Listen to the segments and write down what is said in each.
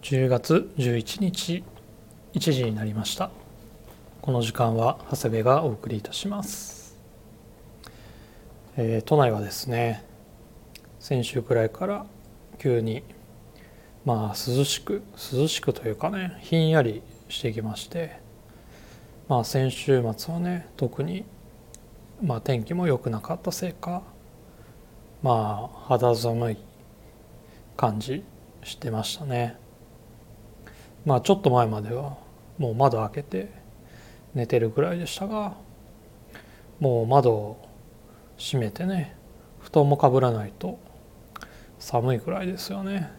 10月11日1時になりました。この時間は長谷部がお送りいたします。都内はですね、先週くらいから急に涼しくというかね、ひんやりしてきまして、先週末はね、特に天気も良くなかったせいか、肌寒い感じしてましたね。ちょっと前まではもう窓開けて寝てるぐらいでしたが、もう窓を閉めてね、布団もかぶらないと寒いくらいですよね。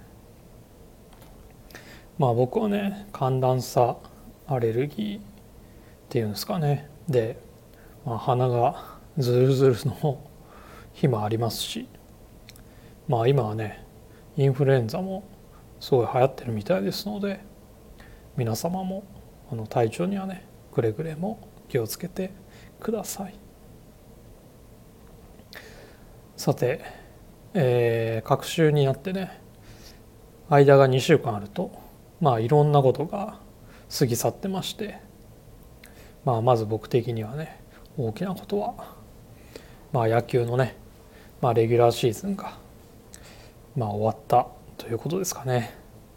僕はね、寒暖差アレルギーっていうんですかね、で、鼻がズルズルの日もありますし、今はね、インフルエンザもすごい流行ってるみたいですので、皆様も体調にはね、くれぐれも気をつけてください。さて、隔週になってね、間が2週間あるといろんなことが過ぎ去ってまして、まず僕的にはね、大きなことは野球のね、レギュラーシーズンが終わったということですかね。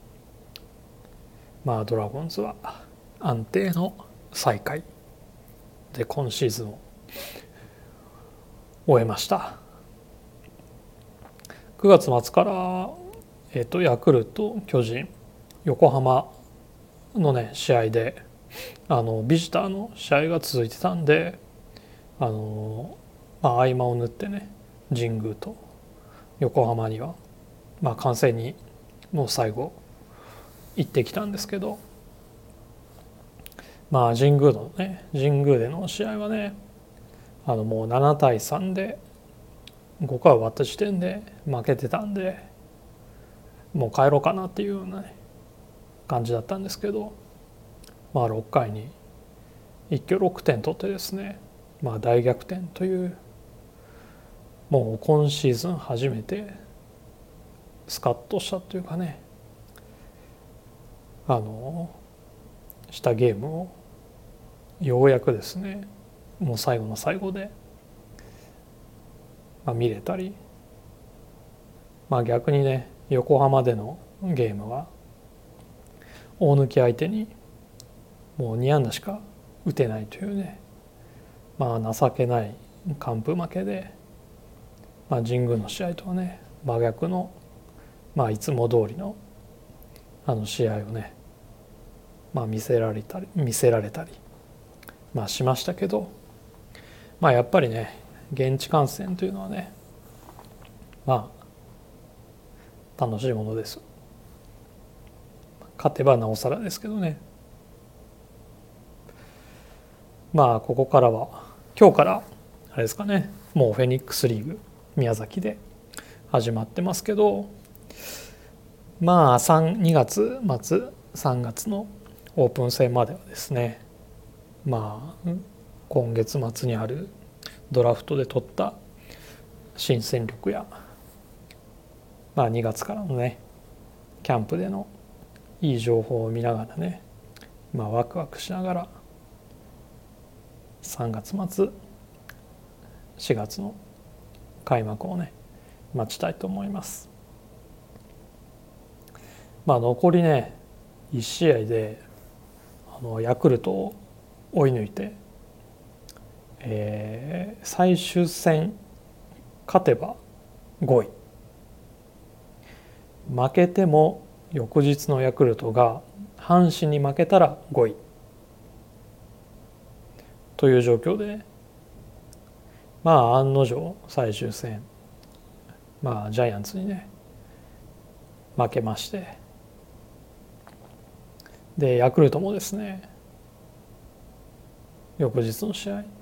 ドラゴンズは安定の最下位で今シーズンを終えました。9月末から、ヤクルト、巨人、横浜のね試合でビジターの試合が続いてたんで、合間を縫ってね、神宮と横浜には観戦にもう最後行ってきたんですけど、神宮での試合はね、もう7対3で5回終わった時点で負けてたんで、もう帰ろうかなっていうような、感じだったんですけど、6回に一挙6点取ってですね、大逆転という、もう今シーズン初めてスカッとしたというかね、したゲームをようやくですね、もう最後の最後で、見れたり、逆にね、横浜でのゲームは大貫相手にもう2安打しか打てないというね、情けない完封負けで、神宮の試合とはね真逆の、いつも通りの試合をね、見せられたりしましたけど、やっぱりね、現地観戦というのはね、楽しいものです。勝てばなおさらですけどね。ここからは今日からあれですかね、もうフェニックスリーグ宮崎で始まってますけど、2月末3月のオープン戦まではですね、今月末にあるドラフトで取った新戦力や、2月からのねキャンプでのいい情報を見ながらね、ワクワクしながら3月末4月の開幕をね待ちたいと思います。残りね1試合でヤクルトを追い抜いて、最終戦勝てば5位、負けても翌日のヤクルトが阪神に負けたら5位という状況で、案の定最終戦ジャイアンツにね負けまして、でヤクルトもですね、翌日の試合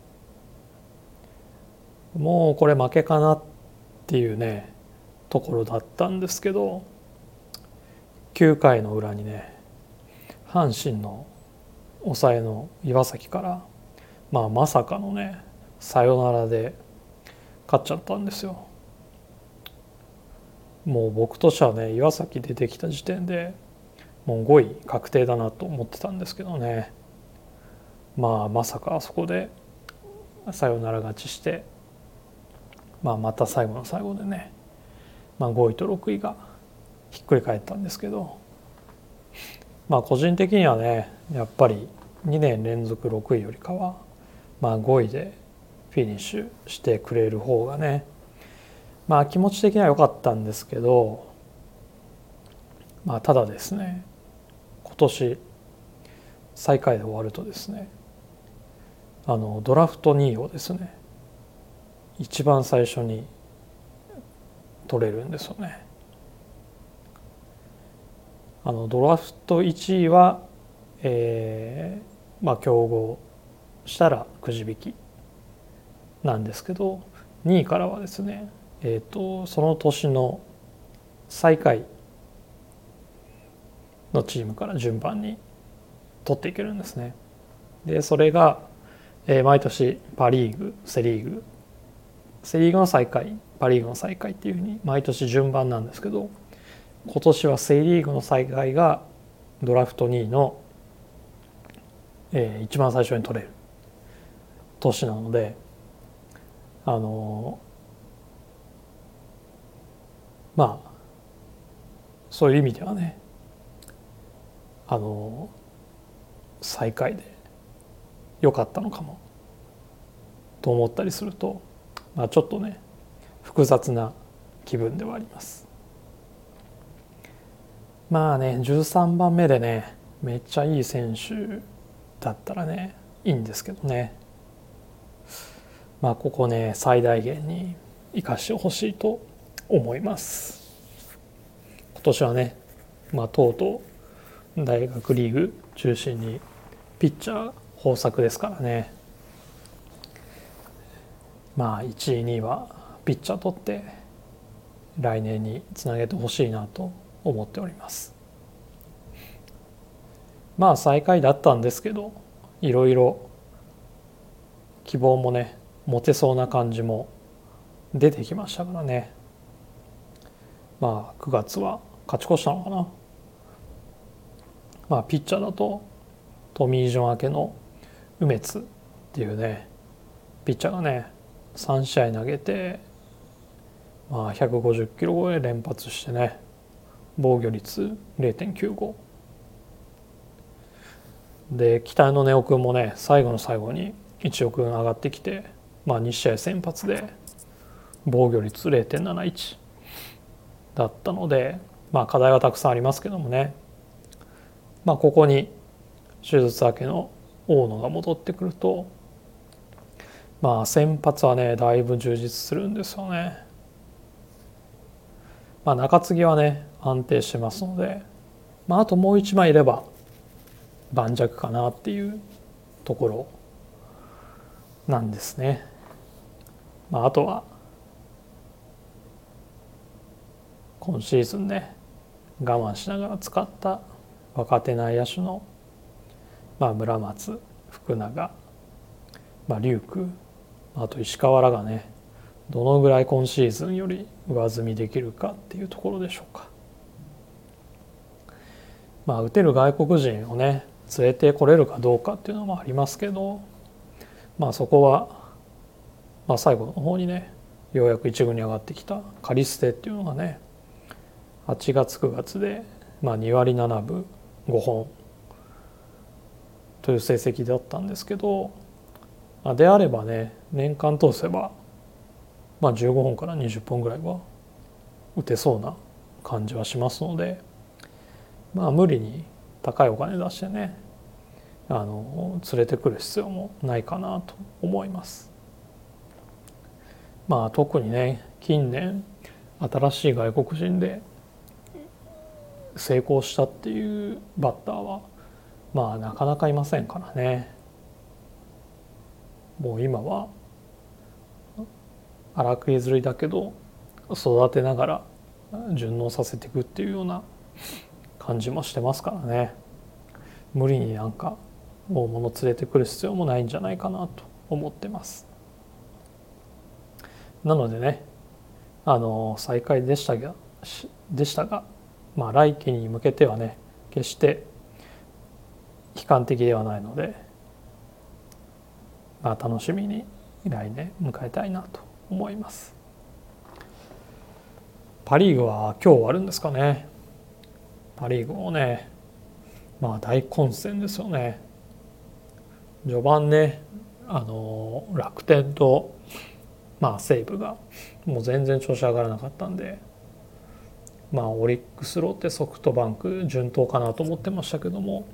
もうこれ負けかなっていうねところだったんですけど、9回の裏にね阪神の抑えの岩崎から、まさかのねサヨナラで勝っちゃったんですよ。もう僕としてはね、岩崎出てきた時点でもう5位確定だなと思ってたんですけどね、まさかあそこでサヨナラ勝ちして、また最後の最後でね、5位と6位がひっくり返ったんですけど、個人的にはねやっぱり2年連続6位よりかは、5位でフィニッシュしてくれる方がね、気持ち的には良かったんですけど、ただですね、今年最下位で終わるとですね、ドラフト2位をですね一番最初に取れるんですよね。ドラフト1位は、競合したらくじ引きなんですけど、2位からはですね、その年の最下位のチームから順番に取っていけるんですね。でそれが、毎年パ・リーグ、セ・リーグの最下位、パ・リーグの最下位っていうふうに毎年順番なんですけど、今年はセ・リーグの最下位がドラフト2位の、一番最初に取れる年なので、そういう意味ではね、最下位で良かったのかもと思ったりすると、ちょっとね複雑な気分ではあります。13番目でねめっちゃいい選手だったらねいいんですけどね、ここね最大限に生かしてほしいと思います。今年はね、とうとう大学リーグ中心にピッチャー豊作ですからね、1位2位はピッチャー取って来年につなげてほしいなと思っております。最下位だったんですけど、いろいろ希望もね持てそうな感じも出てきましたからね。9月は勝ち越したのかな。ピッチャーだとトミー・ジョン明けの梅津っていうねピッチャーがね3試合投げて、150キロ超え連発してね、防御率 0.95 で、北野根尾君もね最後の最後に1億上がってきて、2試合先発で防御率 0.71 だったので、課題はたくさんありますけどもね、ここに手術明けの大野が戻ってくると、先発はねだいぶ充実するんですよね。中継ぎはね安定してますので、あともう一枚いれば盤石かなっていうところなんですね。あとは今シーズンね我慢しながら使った若手内野手の、村松、福永、龍空、あと石川らがねどのぐらい今シーズンより上積みできるかっていうところでしょうか。打てる外国人をね連れてこれるかどうかっていうのもありますけど、そこは、最後の方にねようやく一軍に上がってきたカリステっていうのがね8月9月で、2割7分5本という成績だったんですけど、であればね年間通せば、15本から20本ぐらいは打てそうな感じはしますので、無理に高いお金出してね連れてくる必要もないかなと思います。特にね近年新しい外国人で成功したっていうバッターはなかなかいませんからね。もう今は荒く譲りだけど育てながら順応させていくっていうような感じもしてますからね。無理に大物連れてくる必要もないんじゃないかなと思ってます。なのでね最下位でしたが、来季に向けてはね決して悲観的ではないので、楽しみに来年迎えたいなと思います。パ・リーグは今日終わるんですかね。パ・リーグもね、大混戦ですよね。序盤ね、楽天と西武がもう全然調子上がらなかったんで、オリックス、ロッテ、ソフトバンク順当かなと思ってましたけども、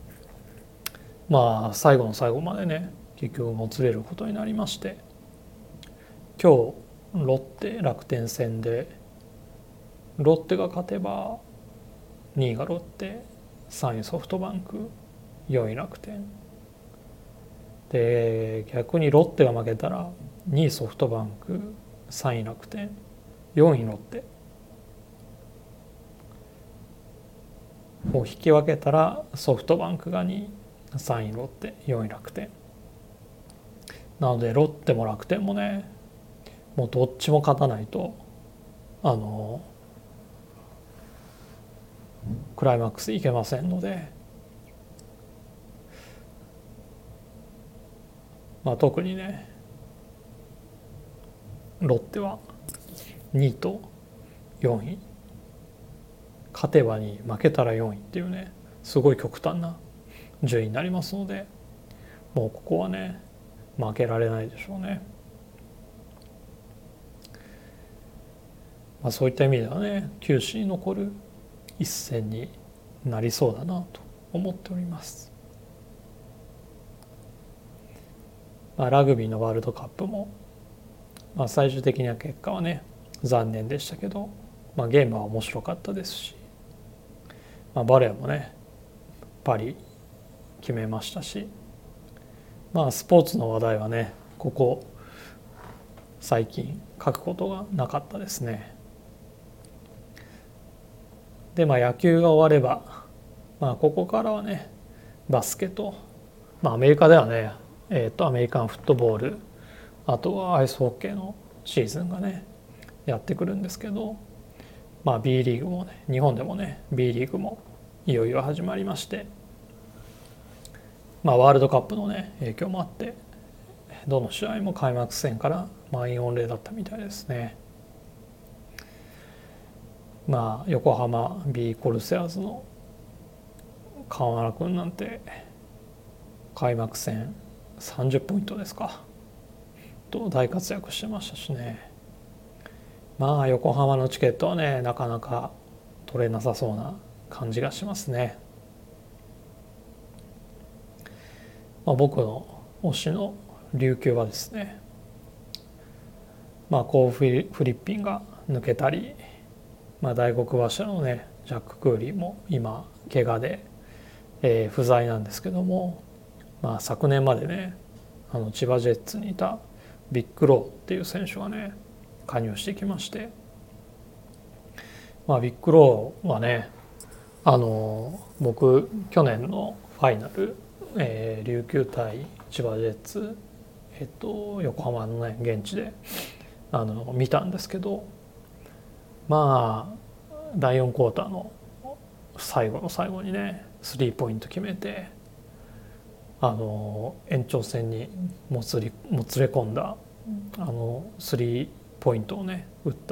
最後の最後までね結局もつれることになりまして、今日ロッテ楽天戦でロッテが勝てば2位がロッテ、3位ソフトバンク、4位楽天で、逆にロッテが負けたら2位ソフトバンク、3位楽天、4位ロッテを引き分けたらソフトバンクが2位、3位ロッテ、4位楽天なので、ロッテも楽天もねもうどっちも勝たないとクライマックスいけませんので、特にねロッテは2位と4位、勝てば2位負けたら4位っていうねすごい極端な順位になりますので、もうここはね負けられないでしょうね。そういった意味ではね球史に残る一戦になりそうだなと思っております。ラグビーのワールドカップも、最終的には結果はね残念でしたけど、ゲームは面白かったですし、バレーもねパリ決めましたし、スポーツの話題はねここ最近書くことがなかったですね。で野球が終われば、ここからはねバスケと、アメリカではね、アメリカンフットボール、あとはアイスホッケーのシーズンがねやってくるんですけど、B リーグもね日本でもね B リーグもいよいよ始まりまして、ワールドカップのね影響もあってどの試合も開幕戦から満員御礼だったみたいですね。横浜 B コルセアーズの川原君なんて開幕戦30ポイントですかと大活躍してましたしね。横浜のチケットはねなかなか取れなさそうな感じがしますね。僕の推しの琉球はですね、コーフィリッピンが抜けたり、大黒柱のねジャック・クーリーも今怪我で、不在なんですけども、昨年までね千葉ジェッツにいたビッグローっていう選手がね加入してきまして、ビッグローはね僕去年のファイナル、琉球対千葉ジェッツ、横浜のね現地で見たんですけど、第4クォーターの最後の最後にねスリーポイント決めて延長戦にもつれ込んだスリーポイントをね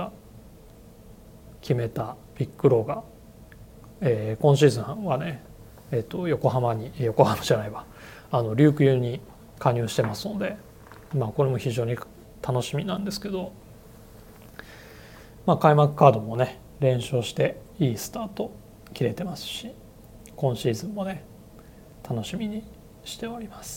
決めたビッグローが、今シーズンはね、横浜じゃないわ琉球に加入してますので、これも非常に楽しみなんですけど、開幕カードもね連勝していいスタート切れてますし、今シーズンもね楽しみにしております。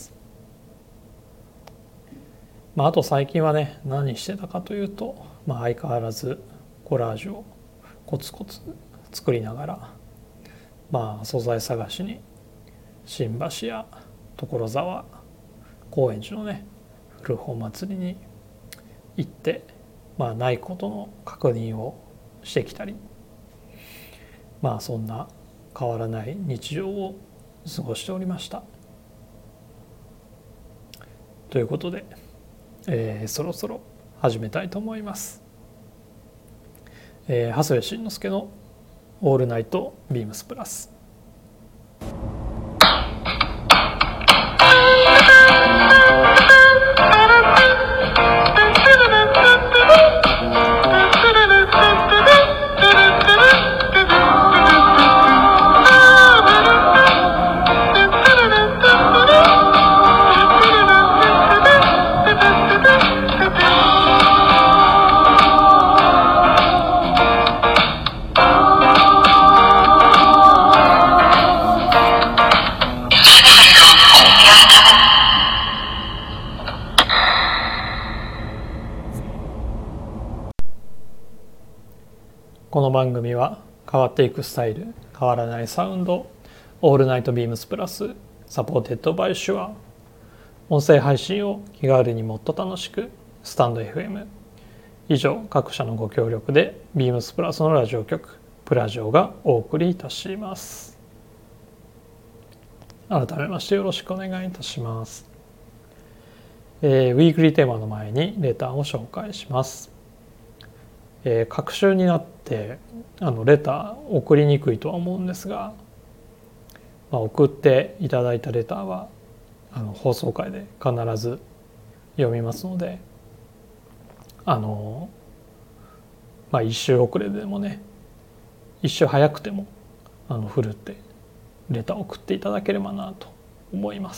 あと最近はね何してたかというと、相変わらずコラージュをコツコツ作りながら、素材探しに新橋や所沢、高円寺のね古本祭りに行って、ないことの確認をしてきたり、そんな変わらない日常を過ごしておりました。ということで、そろそろ始めたいと思います。長谷部慎之介のオールナイトビームスプラス。 の番組は変わっていくスタイル、変わらないサウンド、オールナイトビームスプラス、サポーテッドバイシュア、音声配信を気軽にもっと楽しく、スタンド FM。以上、各社のご協力でビームスプラスのラジオ局、プラジオがお送りいたします。改めましてよろしくお願いいたします。ウィークリーテーマの前にレターを紹介します。隔週になってレター送りにくいとは思うんですが、送っていただいたレターは放送回で必ず読みますので、一週遅れでもね、一週早くてもふるってレターを送っていただければなと思います。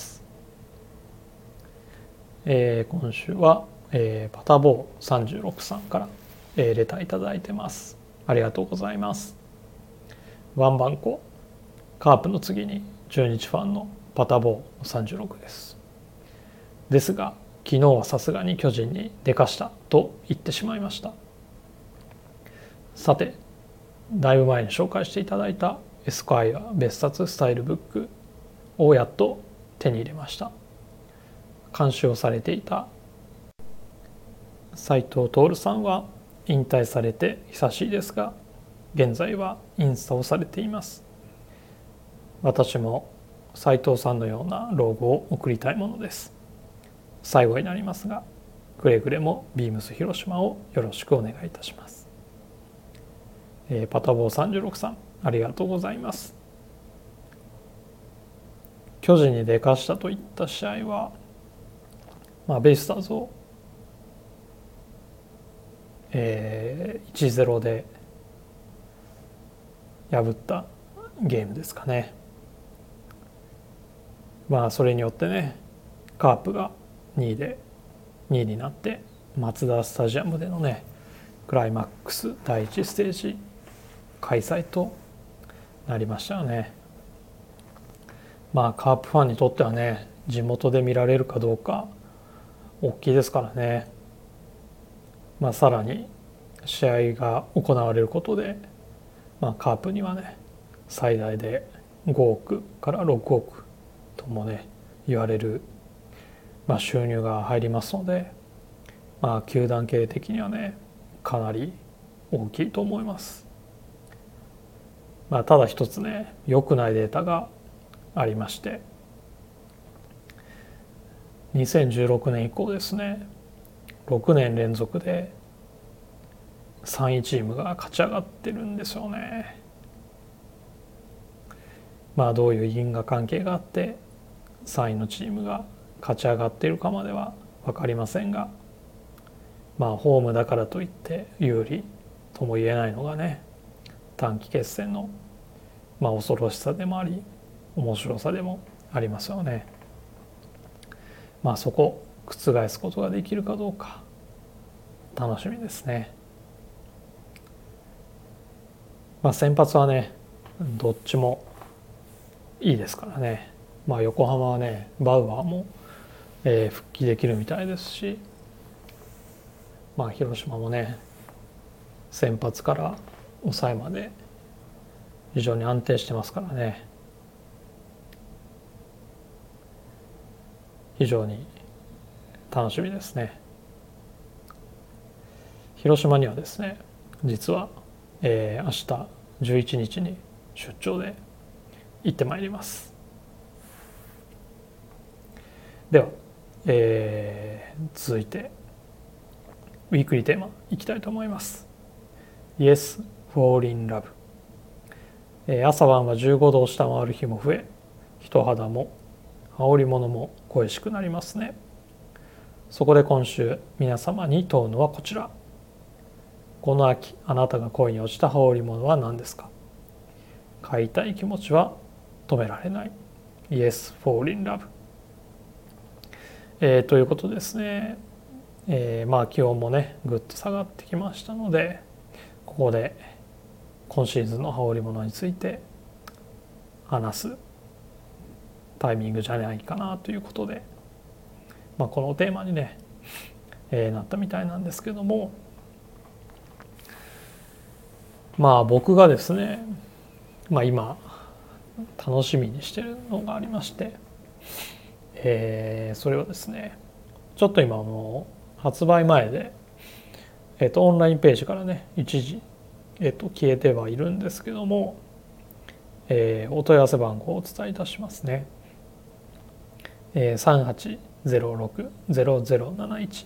今週は、パタボー36さんから、レターいただいてます。ありがとうございます。ワンバンコカープの次に中日ファンのパタボー36です。ですが昨日はさすがに巨人にでかしたと言ってしまいました。さて、だいぶ前に紹介していただいたエスクワイア別冊スタイルブックをやっと手に入れました。監修をされていた斉藤徹さんは引退されて久しいですが、現在はインスタをされています。私も斉藤さんのようなロゴを送りたいものです。最後になりますが、くれぐれもビームス広島をよろしくお願いいたします。パタボー36さん、ありがとうございます。巨人にでかしたといった試合は、ベイスターズを、1-0で破ったゲームですかね。それによってね、カープが2位になってマツダスタジアムでのね、クライマックス第1ステージ開催となりましたよね。カープファンにとってはね、地元で見られるかどうか大きいですからね。さらに試合が行われることで、カープにはね、最大で5億から6億ともね言われる、収入が入りますので、球団経営的にはねかなり大きいと思います。ただ一つね、良くないデータがありまして、2016年以降ですね、6年連続で3位チームが勝ち上がってるんですよね。どういう因果関係があって3位のチームが勝ち上がっているかまでは分かりませんが、ホームだからといって有利とも言えないのがね、短期決戦の恐ろしさでもあり面白さでもありますよね。そこ覆すことができるかどうか楽しみですね。先発はねどっちもいいですからね。横浜はねバウアーも、復帰できるみたいですし、広島もね先発から抑えまで非常に安定してますからね、非常に楽しみですね。広島にはですね、実は、明日11日に出張で行ってまいります。では、続いてウィークリーテーマいきたいと思います。 Yes, Fall in Love。朝晩は15度を下回る日も増え、人肌も羽織物も恋しくなりますね。そこで今週皆様に問うのはこちら。この秋あなたが恋に落ちた羽織物は何ですか。買いたい気持ちは止められない。 Yes, Fall in Love。ということですね。気温もねぐっと下がってきましたので、ここで今シーズンの羽織物について話すタイミングじゃないかなということで、このテーマにね、なったみたいなんですけども、 まあ僕がですね、今楽しみにしてるのがありまして、それはですね、ちょっと今発売前で、オンラインページからね一時、消えてはいるんですけども、お問い合わせ番号をお伝えいたしますね。3806-0071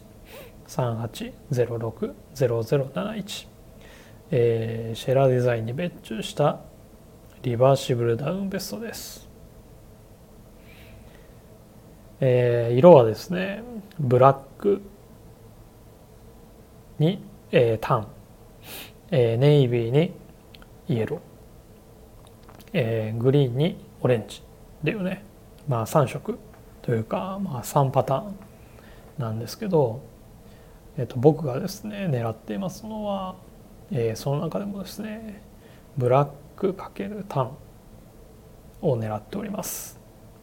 3806-0071、シェラデザインに別注したリバーシブルダウンベストです。色はですね、ブラックに、タン、ネイビーにイエロー、グリーンにオレンジっていうね、3色というか、3パターンなんですけど、僕がですね狙っていますのは、その中でもですねブラック×タンを狙っております。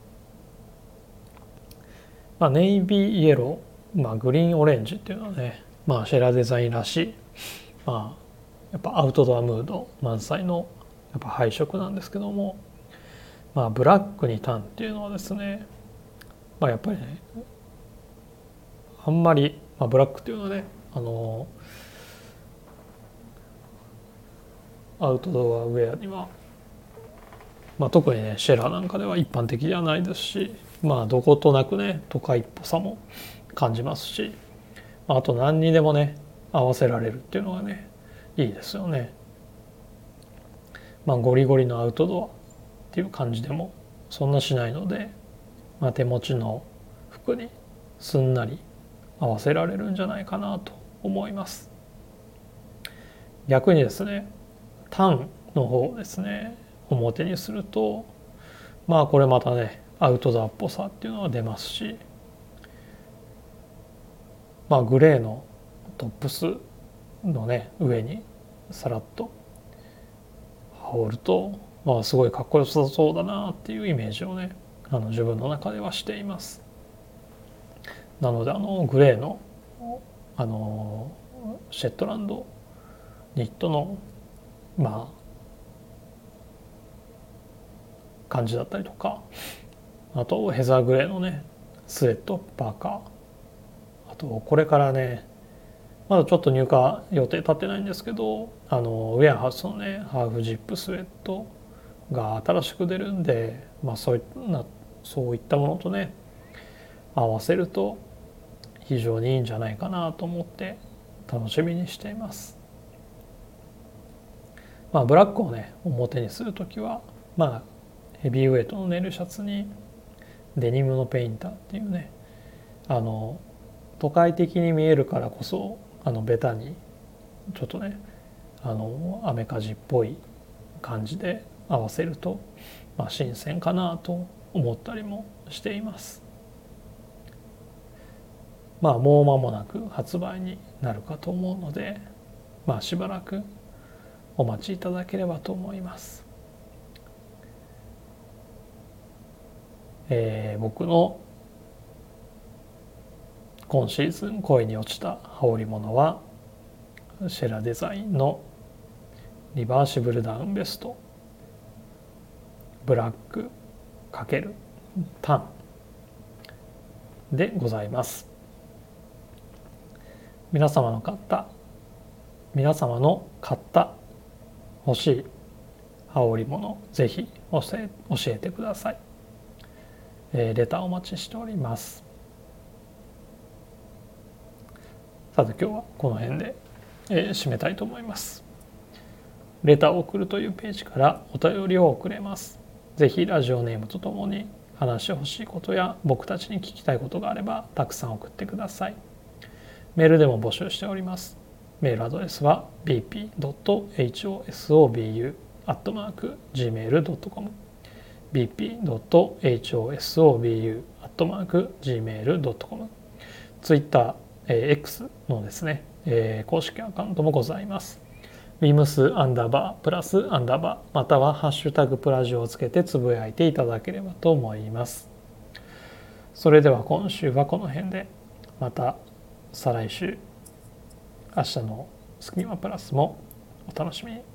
ネイビーイエロー、グリーンオレンジっていうのはね、シェラデザインらしい、やっぱアウトドアムード満載のやっぱ配色なんですけども、ブラックにタンっていうのはですね、やっぱりねあんまり、ブラックっていうのはねアウトドアウェアには、特にねシェラなんかでは一般的ではないですし、どことなくね都会っぽさも感じますし、あと何にでもね合わせられるっていうのがねいいですよね。ゴリゴリのアウトドアっていう感じでもそんなしないので、手持ちの服にすんなり合わせられるんじゃないかなと思います。逆にですねタンの方をですね表にすると、これまたねアウトドアっぽさっていうのは出ますし、グレーのトップスのね上にさらっと羽織ると、すごいかっこよさそうだなっていうイメージをね自分の中ではしています。なのでグレーのシェットランドニットの感じだったりとか、あとヘザーグレーのねスウェットパーカー、あとこれからねまだちょっと入荷予定立ってないんですけど、ウェアハウスのねハーフジップスウェットが新しく出るんで、そういったものとね合わせると非常にいいんじゃないかなと思って楽しみにしています。ブラックをね表にするときはヘビーウェイトのネイルシャツにデニムのペインターっていうね、都会的に見えるからこそベタにちょっとねアメカジっぽい感じで合わせると、新鮮かなと思ったりもしています。もう間もなく発売になるかと思うので、しばらくお待ちいただければと思います。僕の今シーズン恋に落ちた羽織物はシェラデザインのリバーシブルダウンベストブラック×タンでございます。皆様の買った欲しい羽織物ぜひ教えてください。レターお待ちしております。さて今日はこの辺で、締めたいと思います。レターを送るというページからお便りを送れます。ぜひラジオネームとともに話してほしいことや僕たちに聞きたいことがあればたくさん送ってください。メールでも募集しております。メールアドレスは bp.hosobu@gmail.com bp.hosobu@gmail.com ツイッター、X のですね、公式アカウントもございます。beams_+_ またはハッシュタグプラジオをつけてつぶやいていただければと思います。それでは今週はこの辺で、また再来週明日のスキマプラスもお楽しみに。